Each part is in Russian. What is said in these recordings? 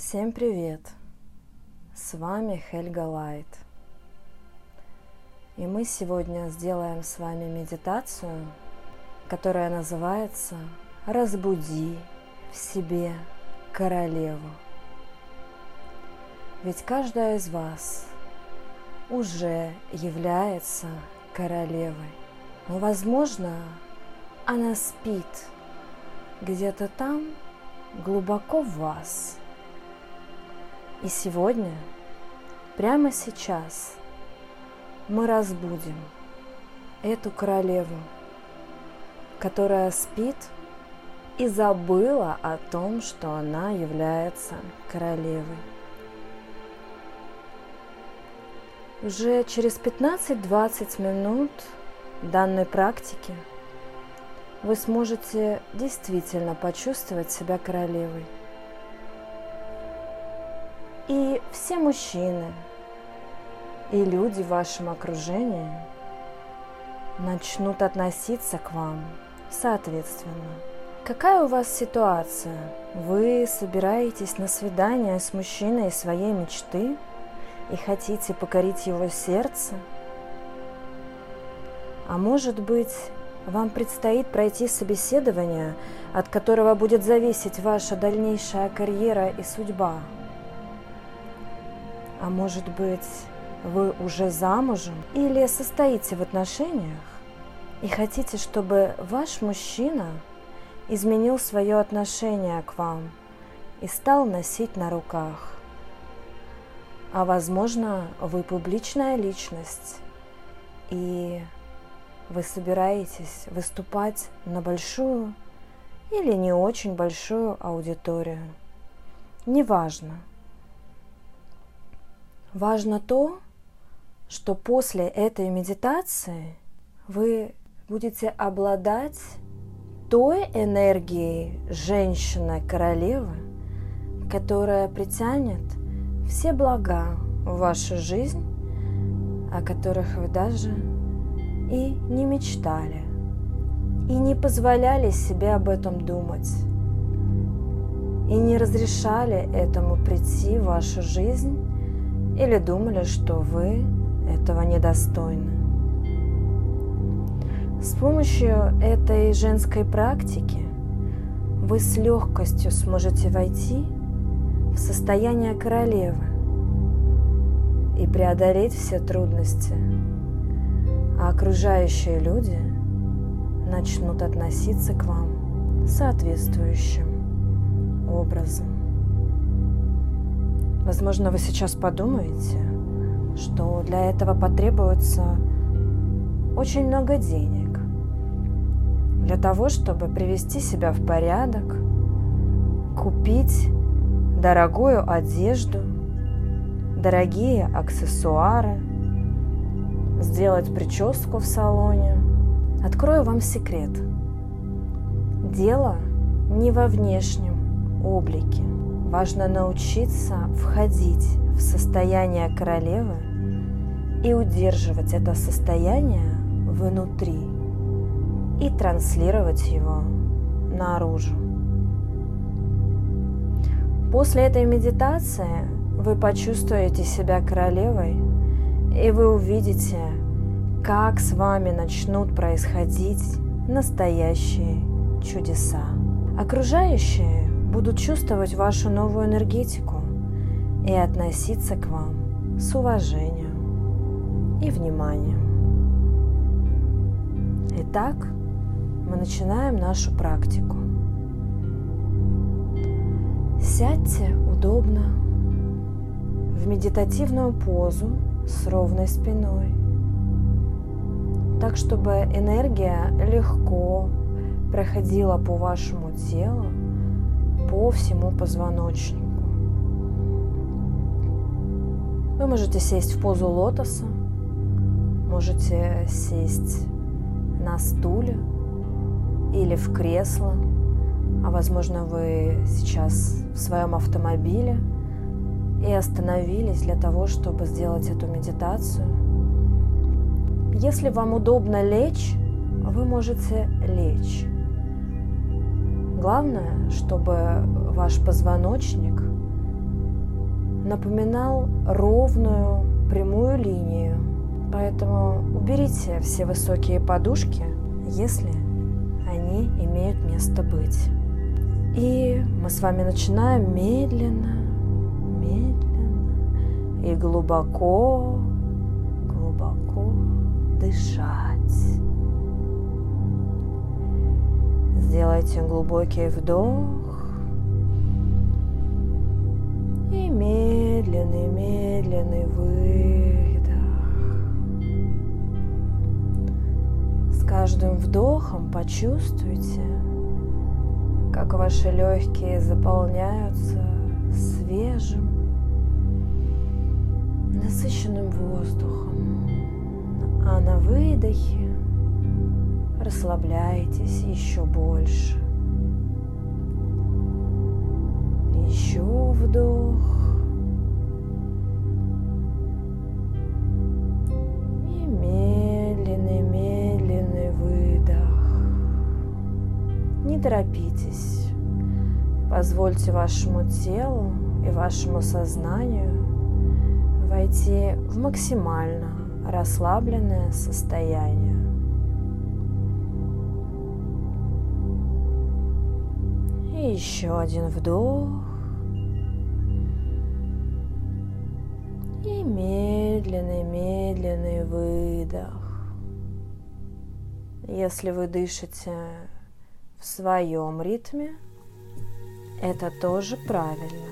Всем привет! С вами Хельга Лайт. И мы сегодня сделаем с вами медитацию, которая называется «Разбуди в себе королеву». Ведь каждая из вас уже является королевой. Но, возможно, она спит где-то там, глубоко в вас. И сегодня, прямо сейчас, мы разбудим эту королеву, которая спит и забыла о том, что она является королевой. Уже через 15-20 минут данной практики вы сможете действительно почувствовать себя королевой. И все мужчины и люди в вашем окружении начнут относиться к вам соответственно. Какая у вас ситуация? Вы собираетесь на свидание с мужчиной своей мечты и хотите покорить его сердце? А может быть, вам предстоит пройти собеседование, от которого будет зависеть ваша дальнейшая карьера и судьба? А может быть, вы уже замужем или состоите в отношениях и хотите, чтобы ваш мужчина изменил свое отношение к вам и стал носить на руках? А возможно, вы публичная личность и вы собираетесь выступать на большую или не очень большую аудиторию. Неважно. Важно то, что после этой медитации вы будете обладать той энергией женщины-королевы, которая притянет все блага в вашу жизнь, о которых вы даже и не мечтали, и не позволяли себе об этом думать, и не разрешали этому прийти в вашу жизнь, или думали, что вы этого недостойны. С помощью этой женской практики вы с легкостью сможете войти в состояние королевы и преодолеть все трудности, а окружающие люди начнут относиться к вам соответствующим образом. Возможно, вы сейчас подумаете, что для этого потребуется очень много денег для того, чтобы привести себя в порядок, купить дорогую одежду, дорогие аксессуары, сделать прическу в салоне. Открою вам секрет. Дело не во внешнем облике. Важно научиться входить в состояние королевы и удерживать это состояние внутри и транслировать его наружу. После этой медитации вы почувствуете себя королевой, и вы увидите, как с вами начнут происходить настоящие чудеса. Окружающие будут чувствовать вашу новую энергетику и относиться к вам с уважением и вниманием. Итак, мы начинаем нашу практику. Сядьте удобно в медитативную позу с ровной спиной, так чтобы энергия легко проходила по вашему телу, по всему позвоночнику. Вы можете сесть в позу лотоса, можете сесть на стуле или в кресло, а возможно, вы сейчас в своем автомобиле и остановились для того, чтобы сделать эту медитацию. Если вам удобно лечь, вы можете лечь. Главное, чтобы ваш позвоночник напоминал ровную прямую линию. Поэтому уберите все высокие подушки, если они имеют место быть. И мы с вами начинаем медленно, медленно и глубоко, глубоко дышать. Сделайте глубокий вдох и медленный, медленный выдох. С каждым вдохом почувствуйте, как ваши легкие заполняются свежим, насыщенным воздухом, а на выдохе расслабляйтесь еще больше. Еще вдох. И медленный, медленный выдох. Не торопитесь. Позвольте вашему телу и вашему сознанию войти в максимально расслабленное состояние. И еще один вдох. И медленный, медленный выдох. Если вы дышите в своем ритме, это тоже правильно.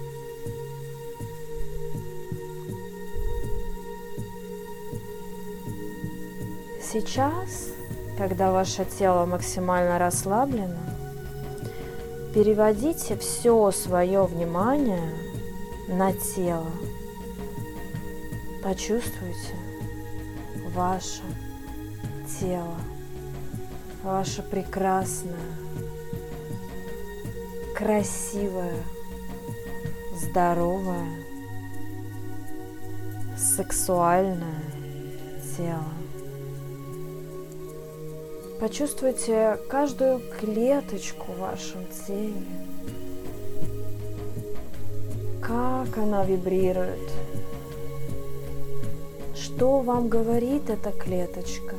Сейчас, когда ваше тело максимально расслаблено, переводите все свое внимание на тело. Почувствуйте ваше тело, ваше прекрасное, красивое, здоровое, сексуальное тело. Почувствуйте каждую клеточку в вашем теле, как она вибрирует, что вам говорит эта клеточка,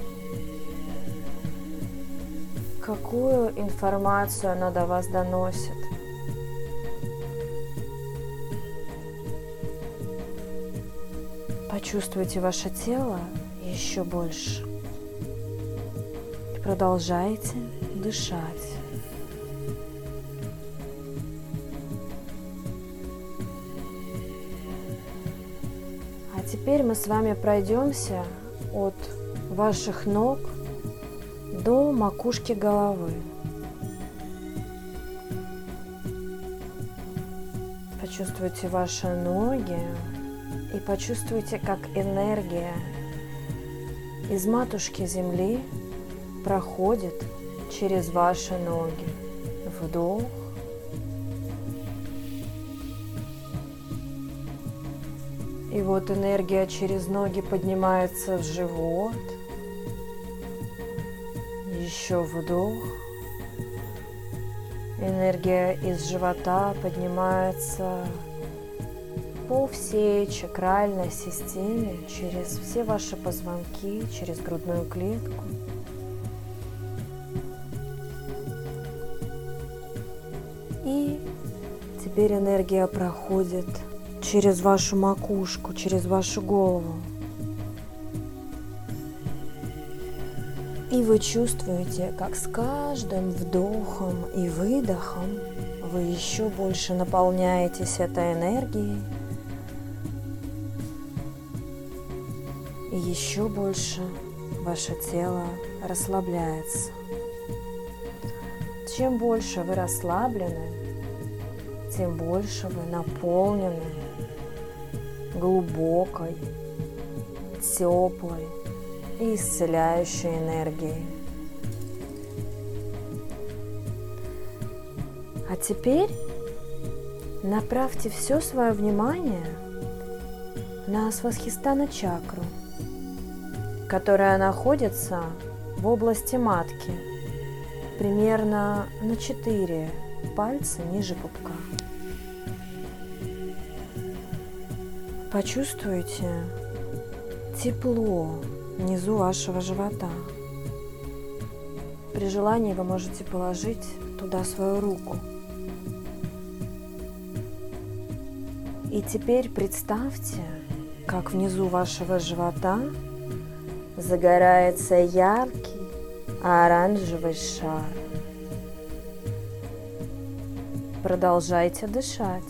какую информацию она до вас доносит. Почувствуйте ваше тело еще больше. Продолжайте дышать. А теперь мы с вами пройдемся от ваших ног до макушки головы. Почувствуйте ваши ноги и почувствуйте, как энергия из матушки Земли проходит через ваши ноги. Вдох. И вот энергия через ноги поднимается в живот. Еще вдох. Энергия из живота поднимается по всей чакральной системе, через все ваши позвонки, через грудную клетку. И теперь энергия проходит через вашу макушку, через вашу голову. И вы чувствуете, как с каждым вдохом и выдохом вы еще больше наполняетесь этой энергией. И еще больше ваше тело расслабляется. Чем больше вы расслаблены, тем больше вы наполнены глубокой, теплой и исцеляющей энергией. А теперь направьте все свое внимание на Свастхистана чакру, которая находится в области матки, примерно на 4 пальца ниже пупка. Почувствуйте тепло внизу вашего живота. При желании вы можете положить туда свою руку. И теперь представьте, как внизу вашего живота загорается яркий оранжевый шар. Продолжайте дышать.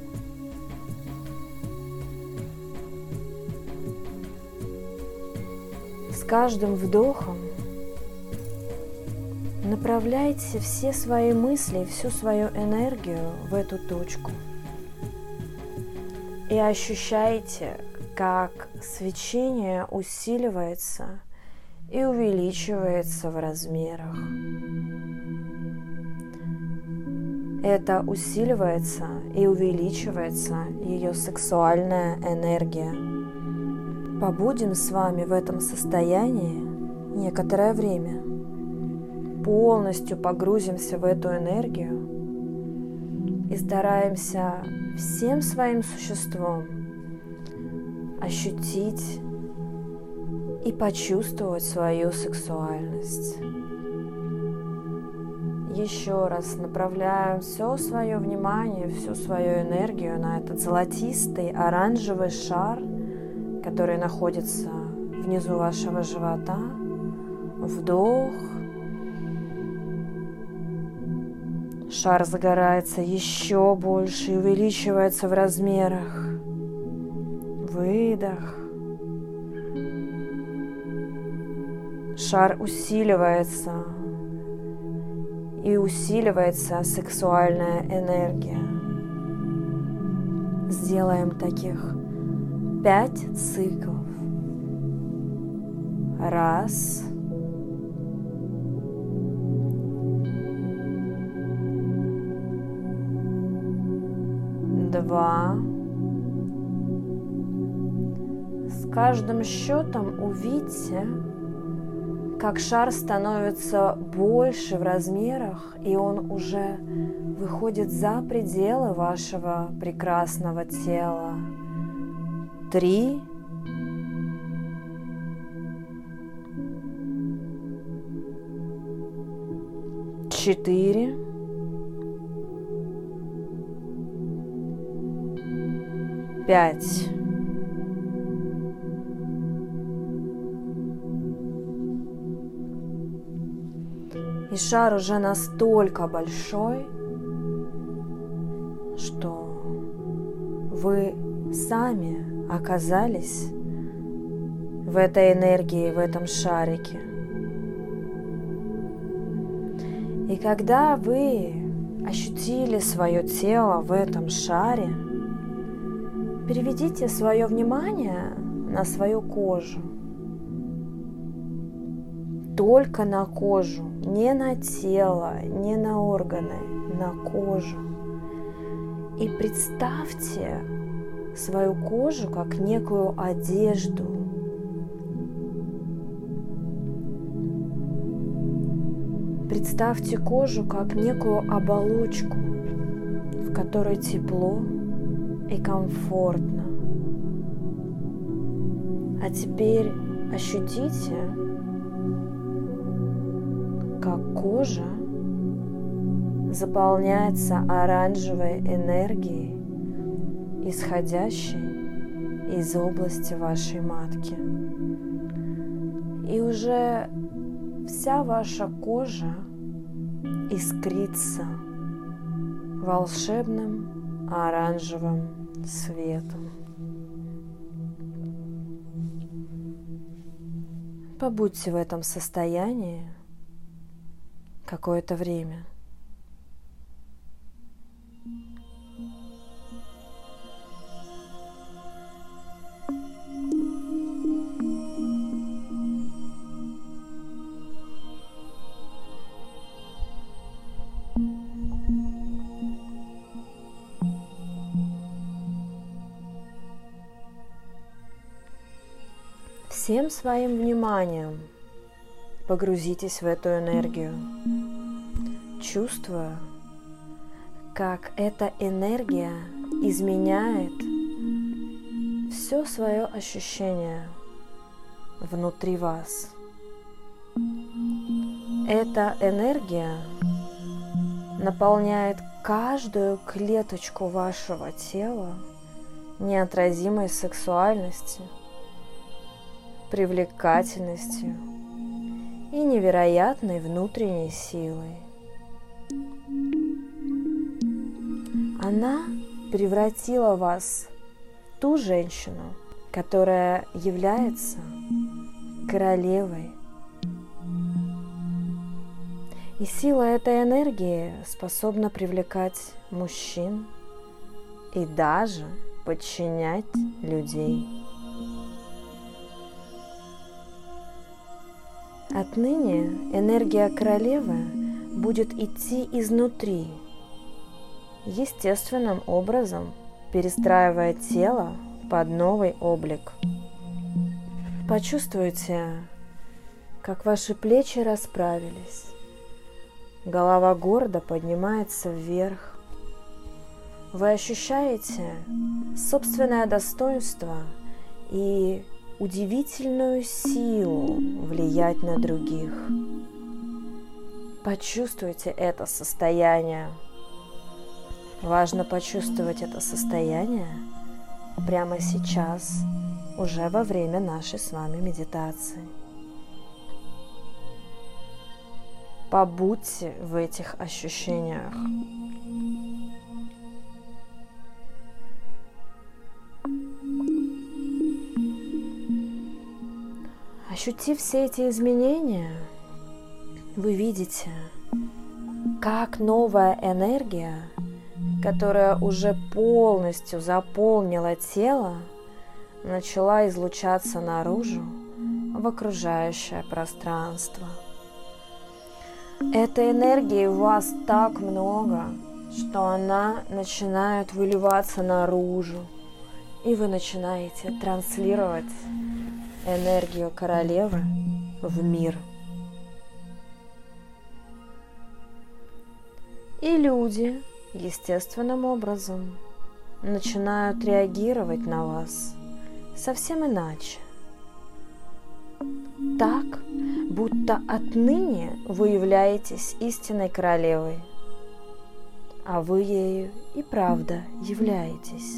С каждым вдохом направляйте все свои мысли и всю свою энергию в эту точку. И ощущайте, как свечение усиливается и увеличивается в размерах. Это усиливается и увеличивается ее сексуальная энергия. Побудем с вами в этом состоянии некоторое время. Полностью погрузимся в эту энергию и стараемся всем своим существом ощутить и почувствовать свою сексуальность. Еще раз направляем все свое внимание, всю свою энергию на этот золотистый оранжевый шар, который находится внизу вашего живота. Вдох. Шар загорается еще больше и увеличивается в размерах. Выдох. Шар усиливается. И усиливается сексуальная энергия. Сделаем таких 5 циклов. 1. 2. С каждым счетом увидьте, как шар становится больше в размерах, и он уже выходит за пределы вашего прекрасного тела. 3. 4. 5. И шар уже настолько большой, что вы сами оказались в этой энергии, в этом шарике. И когда вы ощутили свое тело в этом шаре, переведите свое внимание на свою кожу. Только на кожу, не на тело, не на органы, на кожу. И представьте свою кожу как некую одежду. Представьте кожу как некую оболочку, в которой тепло и комфортно. А теперь ощутите, как кожа заполняется оранжевой энергией, исходящей из области вашей матки. И уже вся ваша кожа искрится волшебным оранжевым светом. Побудьте в этом состоянии какое-то время. Всем своим вниманием погрузитесь в эту энергию, чувствуя, как эта энергия изменяет все свое ощущение внутри вас. Эта энергия наполняет каждую клеточку вашего тела неотразимой сексуальностью, привлекательностью и невероятной внутренней силой. Она превратила вас в ту женщину, которая является королевой. И сила этой энергии способна привлекать мужчин и даже подчинять людей. Отныне энергия королевы будет идти изнутри, естественным образом перестраивая тело под новый облик. Почувствуйте, как ваши плечи расправились, голова гордо поднимается вверх. Вы ощущаете собственное достоинство и удивительную силу влиять на других. Почувствуйте это состояние. Важно почувствовать это состояние прямо сейчас, уже во время нашей с вами медитации. Побудьте в этих ощущениях. Ощутив все эти изменения, вы видите, как новая энергия, которая уже полностью заполнила тело, начала излучаться наружу в окружающее пространство. Этой энергии у вас так много, что она начинает выливаться наружу, и вы начинаете транслировать энергию королевы в мир. И люди естественным образом начинают реагировать на вас совсем иначе. Так, будто отныне вы являетесь истинной королевой, а вы ею и правда являетесь.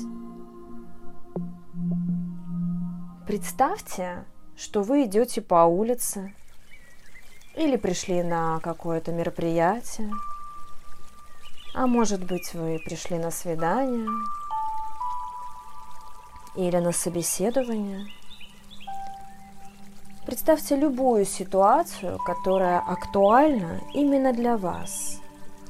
Представьте, что вы идете по улице или пришли на какое-то мероприятие, а может быть, вы пришли на свидание или на собеседование. Представьте любую ситуацию, которая актуальна именно для вас.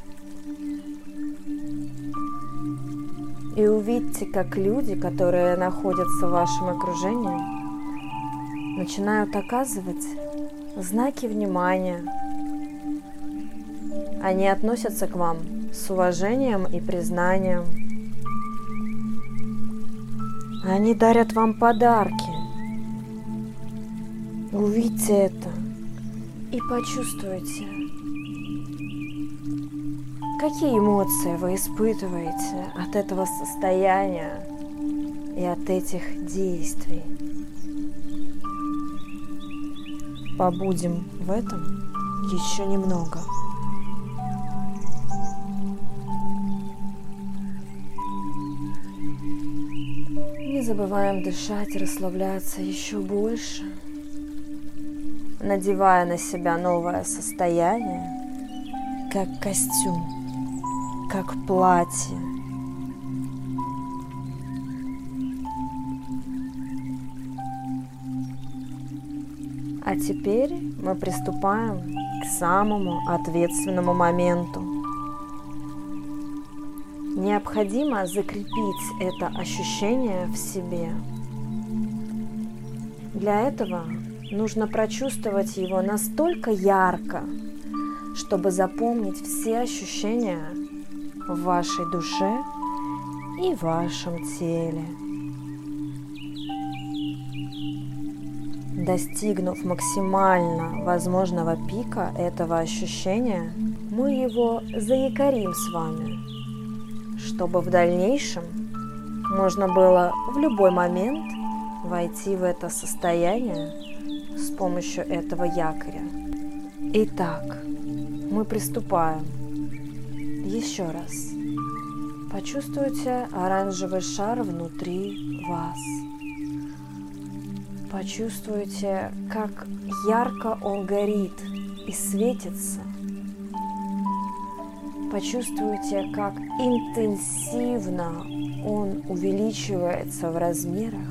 И увидьте, как люди, которые находятся в вашем окружении, начинают оказывать знаки внимания. Они относятся к вам с уважением и признанием. Они дарят вам подарки. Увидьте это и почувствуйте, какие эмоции вы испытываете от этого состояния и от этих действий. Побудем в этом еще немного. Не забываем дышать и расслабляться еще больше, надевая на себя новое состояние, как костюм, как платье. А теперь мы приступаем к самому ответственному моменту. Необходимо закрепить это ощущение в себе. Для этого нужно прочувствовать его настолько ярко, чтобы запомнить все ощущения в вашей душе и в вашем теле. Достигнув максимально возможного пика этого ощущения, мы его заякорим с вами, чтобы в дальнейшем можно было в любой момент войти в это состояние с помощью этого якоря. Итак, мы приступаем. Еще раз. Почувствуйте оранжевый шар внутри вас. Почувствуйте, как ярко он горит и светится. Почувствуйте, как интенсивно он увеличивается в размерах.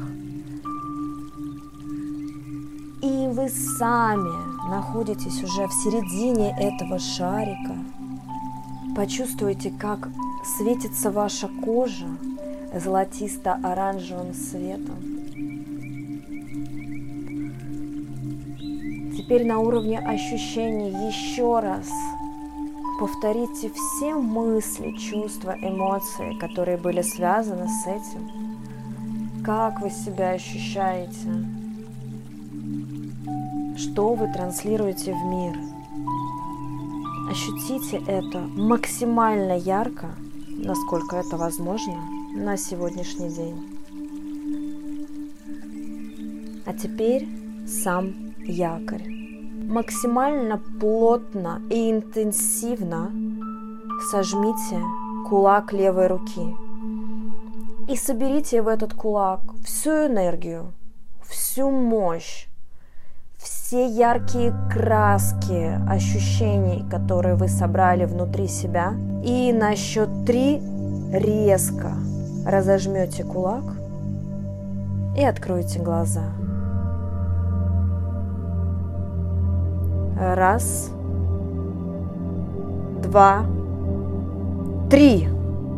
И вы сами находитесь уже в середине этого шарика. Почувствуйте, как светится ваша кожа золотисто-оранжевым светом. Теперь на уровне ощущений еще раз повторите все мысли, чувства, эмоции, которые были связаны с этим. Как вы себя ощущаете? Что вы транслируете в мир? Ощутите это максимально ярко, насколько это возможно, на сегодняшний день. А теперь сам якорь. Максимально плотно и интенсивно сожмите кулак левой руки и соберите в этот кулак всю энергию, всю мощь, все яркие краски ощущений, которые вы собрали внутри себя. И на счет 3 резко разожмете кулак и откройте глаза. 1, 2, 3.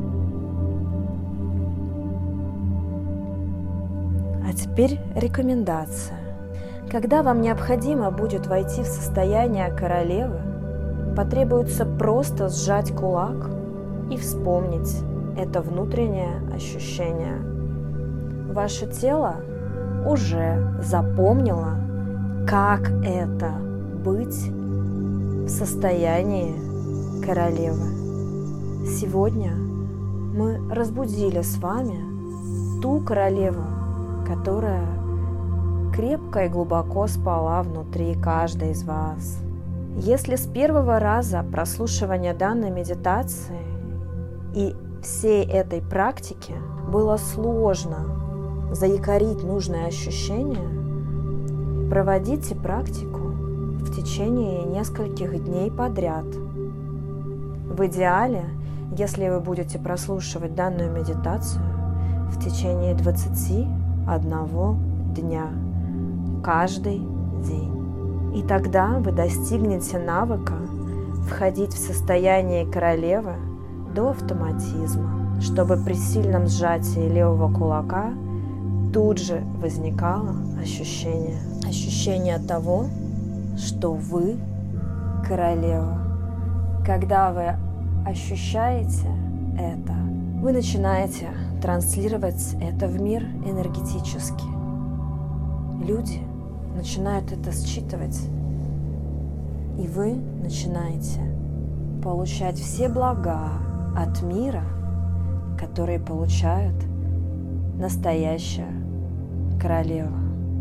А теперь рекомендация. Когда вам необходимо будет войти в состояние королевы, потребуется просто сжать кулак и вспомнить это внутреннее ощущение. Ваше тело уже запомнило, как это быть в состоянии королевы. Сегодня мы разбудили с вами ту королеву, которая крепко и глубоко спала внутри каждой из вас. Если с первого раза прослушивания данной медитации и всей этой практики было сложно заякорить нужное ощущение, проводите практику в течение нескольких дней подряд. В идеале, если вы будете прослушивать данную медитацию в течение 21 дня, каждый день. И тогда вы достигнете навыка входить в состояние королевы до автоматизма, чтобы при сильном сжатии левого кулака тут же возникало ощущение того, что вы королева. Когда вы ощущаете это, вы начинаете транслировать это в мир энергетически. Люди начинают это считывать, и вы начинаете получать все блага от мира, которые получают настоящая королева.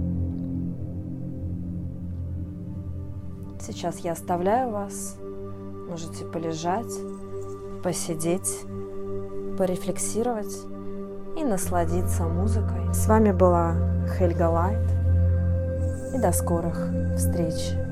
Сейчас я оставляю вас, можете полежать, посидеть, порефлексировать и насладиться музыкой. С вами была Хельга Лайт, и до скорых встреч!